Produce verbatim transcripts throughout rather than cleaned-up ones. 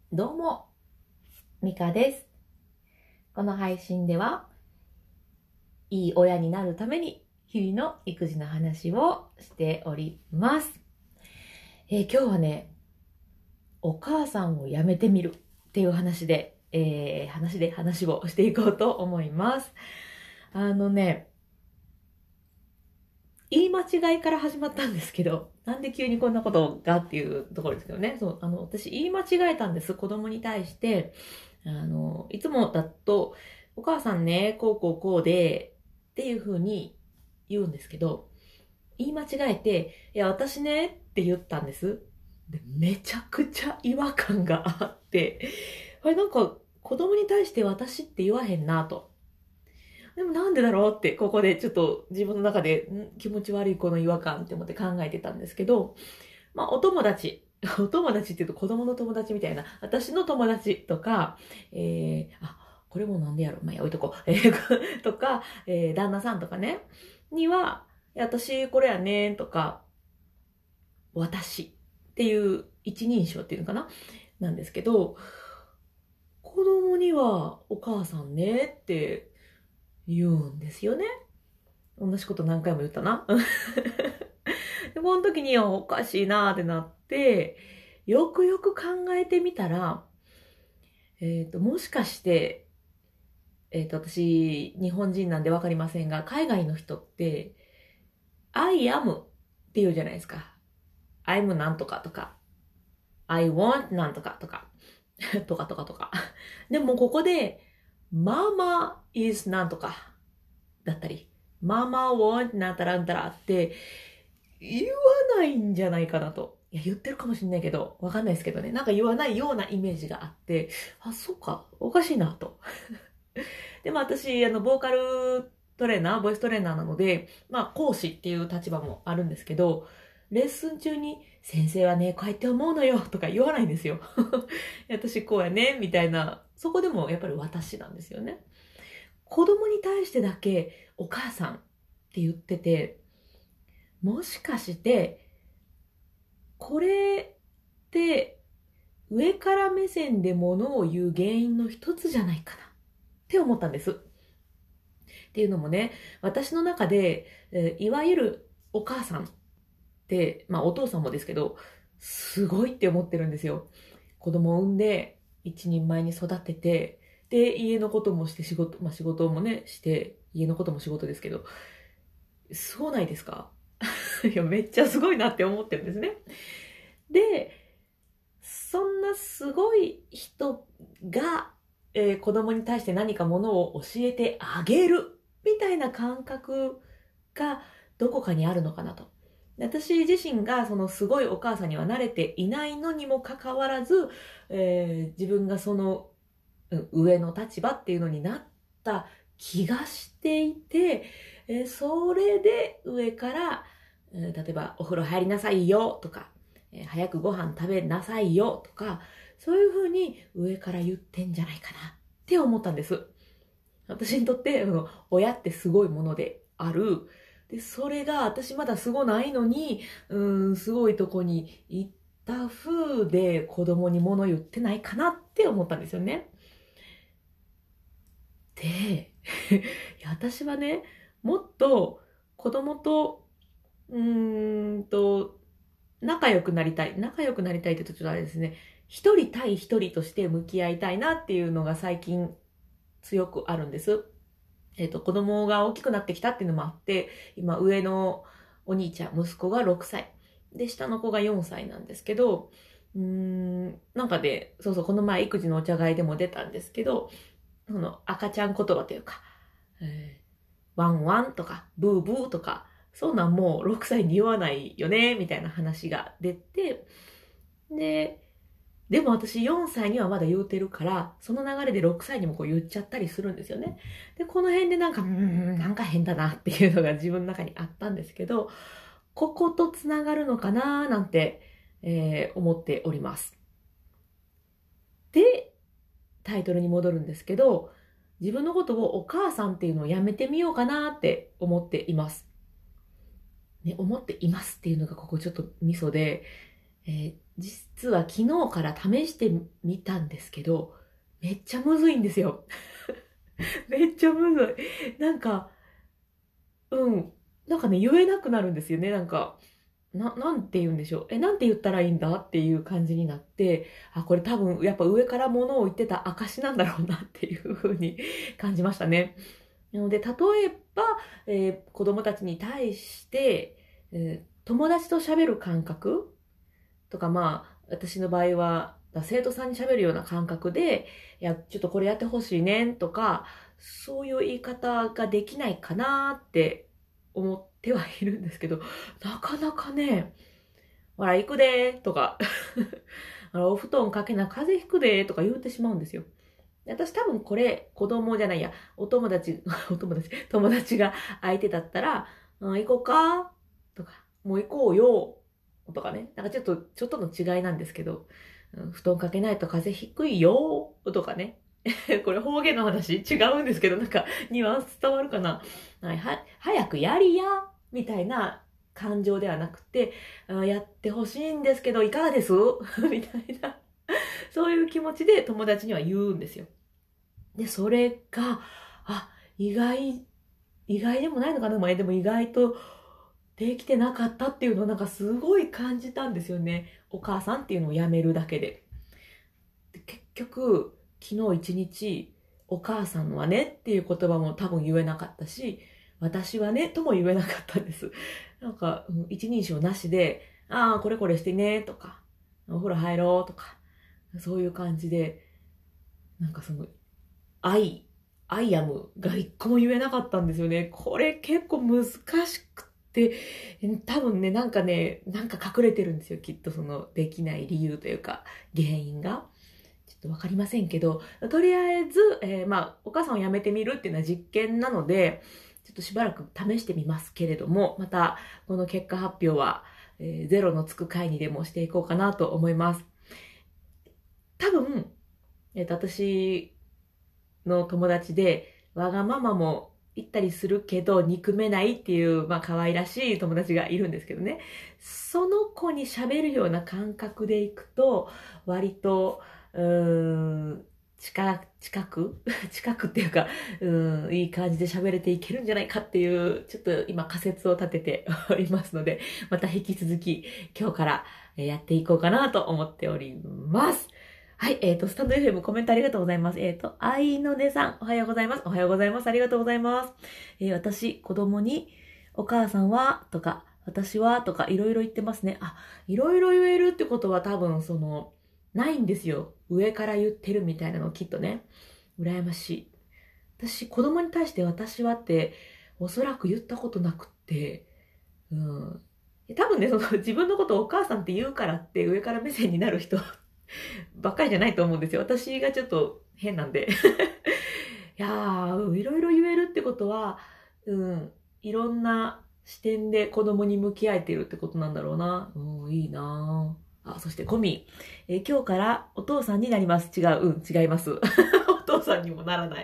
どうも、ミカです。この配信では、いい親になるために、日々の育児の話をしております。えー今日はね、お母さんを辞めてみるっていう話で、えー話で話をしていこうと思います。あのね、言い間違いから始まったんですけど、なんで急にこんなことがっていうところですけどね。そう、あの、私言い間違えたんです。子供に対して。あの、いつもだと、お母さんね、こうこうこうで、っていう風に言うんですけど、言い間違えて、いや、私ね、って言ったんです。で、めちゃくちゃ違和感があって、あれなんか、子供に対して私って言わへんなと。でもなんでだろうって、ここでちょっと自分の中でん気持ち悪いこの違和感って思って考えてたんですけど、まあお友達、お友達って言うと子供の友達みたいな、私の友達とか、えー、あ、これもなんでやろまあ、いや置いとこう。えーとか、えー旦那さんとかね、には、いや私これやねんとか、私っていう一人称っていうのかななんですけど、子供にはお母さんねって言うんですよね。同じこと何回も言ったな。で、この時におかしいなーってなって、よくよく考えてみたら、えっと、もしかして、えっと、私、日本人なんでわかりませんが、海外の人って、I am って言うじゃないですか。I'm なんとかとか、I want なんとかとか、とかとかとか。でもここで、Mama is なんとかだったり、Mama want なんたらなんたらって言わないんじゃないかなと。いや、言ってるかもしんないけど、わかんないですけどね。なんか言わないようなイメージがあって、あ、そうか、おかしいなと。で、まあ私、あの、ボーカルトレーナー、ボイストレーナーなので、まあ講師っていう立場もあるんですけど、レッスン中に、先生はね、こうやって思うのよとか言わないんですよ。私こうやね、みたいな、そこでもやっぱり私なんですよね。子供に対してだけ、お母さんって言ってて、もしかして、これって上から目線で物を言う原因の一つじゃないかなって思ったんです。っていうのもね、私の中で、えーいわゆるお母さんって、まあお父さんもですけど、すごいって思ってるんですよ。子供を産んで、一人前に育てて、で、家のこともして仕事、まあ仕事もね、して、家のことも仕事ですけど、そうないですか？いや、めっちゃすごいなって思ってるんですね。で、そんなすごい人が、えー子供に対して何かものを教えてあげるみたいな感覚がどこかにあるのかなと。私自身がそのすごいお母さんには慣れていないのにもかかわらず、えー自分がそのうん上の立場っていうのになった気がしていて、えーそれで上から、えー例えばお風呂入りなさいよとか、えー早くご飯食べなさいよとか、そういうふうに上から言ってんじゃないかなって思ったんです。私にとって、あの親ってすごいものである。で、それが私まだすごないのに、うーん、すごいとこに行った風で子供に物言ってないかなって思ったんですよね。で、いや私はね、もっと子供と、うーんと、仲良くなりたい。仲良くなりたいって言うとちょっとあれですね。一人対一人として向き合いたいなっていうのが最近強くあるんです。えっと、子供が大きくなってきたっていうのもあって、今上のお兄ちゃん、息子がろくさい。で、下の子がよんさいなんですけど、うーん、なんかで、そうそう、この前育児のお茶会でも出たんですけど、その赤ちゃん言葉というか、えーワンワンとか、ブーブーとか、そんなんもうろくさいに言わないよね、みたいな話が出て、で、でも私よんさいにはまだ言うてるから、その流れでろくさいにもこう言っちゃったりするんですよね。で、この辺でなんか、うーん、なんか変だなっていうのが自分の中にあったんですけど、こことつながるのかななんて、えー思っております。で、タイトルに戻るんですけど、自分のことをお母さんっていうのをやめてみようかなって思っています。ね、思っていますっていうのがここちょっとミソで、えー実は昨日から試してみたんですけど、めっちゃむずいんですよ。めっちゃむずい。なんか、うん。なんかね、言えなくなるんですよね。なんか、な、なんて言うんでしょう。え、なんて言ったらいいんだっていう感じになって、あ、これ多分、やっぱ上から物を言ってた証なんだろうなっていう風に感じましたね。なので、例えば、えー子供たちに対して、えー友達と喋る感覚とか、まあ、私の場合は、生徒さんに喋るような感覚で、いや、ちょっとこれやってほしいねとか、そういう言い方ができないかなって思ってはいるんですけど、なかなかね、ほら、行くでーとか、あのお布団かけな、風邪ひくでーとか言ってしまうんですよ。で私多分これ、子供じゃないや、お友達、お友達、友達が相手だったら、うん、行こうかとか、もう行こうよとかね。なんかちょっと、ちょっとの違いなんですけど、うん、布団かけないと風邪ひくいよとかね。これ方言の話違うんですけど、なんかニュアンス伝わるかな。はい、は、早くやりやみたいな感情ではなくて、あやってほしいんですけど、いかがですみたいな。そういう気持ちで友達には言うんですよ。で、それが、あ、意外、意外でもないのかな、まあでも意外とできてなかったっていうのをなんかすごい感じたんですよね。お母さんっていうのをやめるだけで。で結局、昨日一日、お母さんはねっていう言葉も多分言えなかったし、私はねとも言えなかったんです。なんか、うん一人称なしで、ああ、これこれしてねとか、お風呂入ろうとか、そういう感じで、なんかその、I、I am が一個も言えなかったんですよね。これ結構難しくて、多分ね、なんかね、なんか隠れてるんですよ。きっとそのできない理由というか、原因が。ちょっとわかりませんけど、とりあえず、えーまあ、お母さんを辞めてみるっていうのは実験なので、ちょっとしばらく試してみますけれども、また、この結果発表は、えーゼロのつく回にでもしていこうかなと思います。多分、えっと、私の友達で、わがままも言ったりするけど、憎めないっていう、まあ、可愛らしい友達がいるんですけどね。その子に喋るような感覚でいくと、割と、うーん、近、近く近くっていうか、うん、いい感じで喋れていけるんじゃないかっていう、ちょっと今仮説を立てておりますので、また引き続き今日からやっていこうかなと思っております。はい、えっと、スタンド エフエム コメントありがとうございます。えっと、あいのねさん、おはようございます。おはようございます。ありがとうございます。えー私、子供に、お母さんは、とか、私は、とか、いろいろ言ってますね。あ、いろいろ言えるってことは多分、その、ないんですよ。上から言ってるみたいなのきっとね。羨ましい。私、子供に対して私はって、おそらく言ったことなくって、うん。多分ね、その自分のことをお母さんって言うからって上から目線になる人ばっかりじゃないと思うんですよ。私がちょっと変なんで。いやー、いろいろ言えるってことは、うん、いろんな視点で子供に向き合えてるってことなんだろうな。うん、いいなーあ、そしてコミ、えー今日からお父さんになります。違う、うん、違います。お父さんにもならない。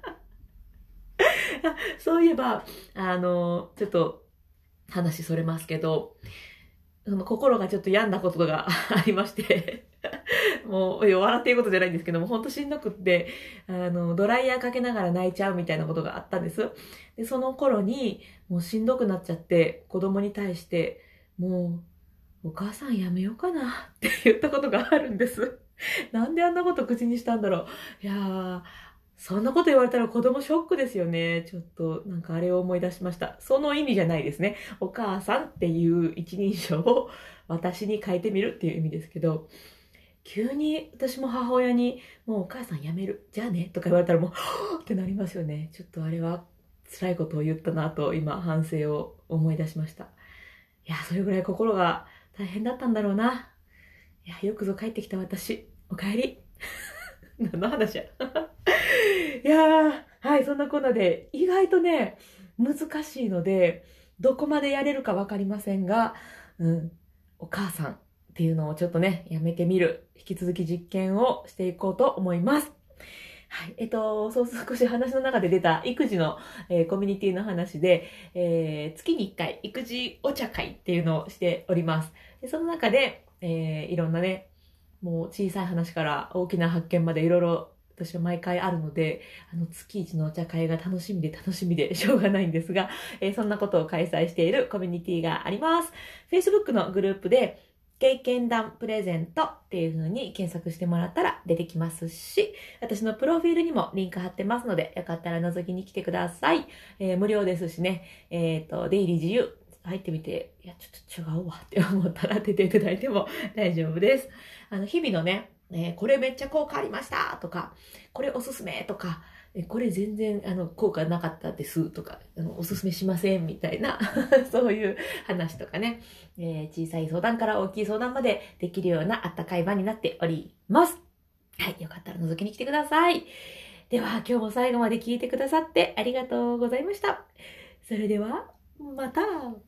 そういえば、あのちょっと話それますけど、その心がちょっと病んだことがありましてもう、いや笑っていうことじゃないんですけども、ほんとしんどくって、あの、ドライヤーかけながら泣いちゃうみたいなことがあったんです。で、その頃に、もうしんどくなっちゃって、子供に対して、もう、お母さんやめようかなって言ったことがあるんです。なんであんなこと口にしたんだろう。いやー、そんなこと言われたら子供ショックですよね。ちょっと、なんかあれを思い出しました。その意味じゃないですね。お母さんっていう一人称を私に変えてみるっていう意味ですけど、急に私も母親に、もうお母さん辞める。じゃあね。とか言われたらもう、はぁってなりますよね。ちょっとあれは辛いことを言ったなと、今反省を思い出しました。いや、それぐらい心が大変だったんだろうな。いや、よくぞ帰ってきた私。お帰り。何の話や。いやー、はい、そんなこんなで、意外とね、難しいので、どこまでやれるかわかりませんが、うん、お母さんっていうのをちょっとね、やめてみる。引き続き実験をしていこうと思います。はい。えっと、そう少し話の中で出た育児の、えーコミュニティの話で、えー月にいっかい育児お茶会っていうのをしております。でその中で、 えー、いろんなね、もう小さい話から大きな発見までいろいろ私は毎回あるので、あの月一のお茶会が楽しみで楽しみでしょうがないんですが、えー、そんなことを開催しているコミュニティがあります。Facebook のグループで、経験談プレゼントっていう風に検索してもらったら出てきますし、私のプロフィールにもリンク貼ってますので、よかったら覗きに来てください。えー、無料ですしね、えっと、出入り自由。入ってみて、いや、ちょっと違うわって思ったら出ていただいても大丈夫です。あの、日々のね、えー、これめっちゃ効果ありましたとか、これおすすめとか、これ全然あの効果なかったですとか、あのおすすめしませんみたいなそういう話とかね、えー、小さい相談から大きい相談までできるようなあったかい場になっております。はい、よかったら覗きに来てください。では今日も最後まで聞いてくださってありがとうございました。それではまた。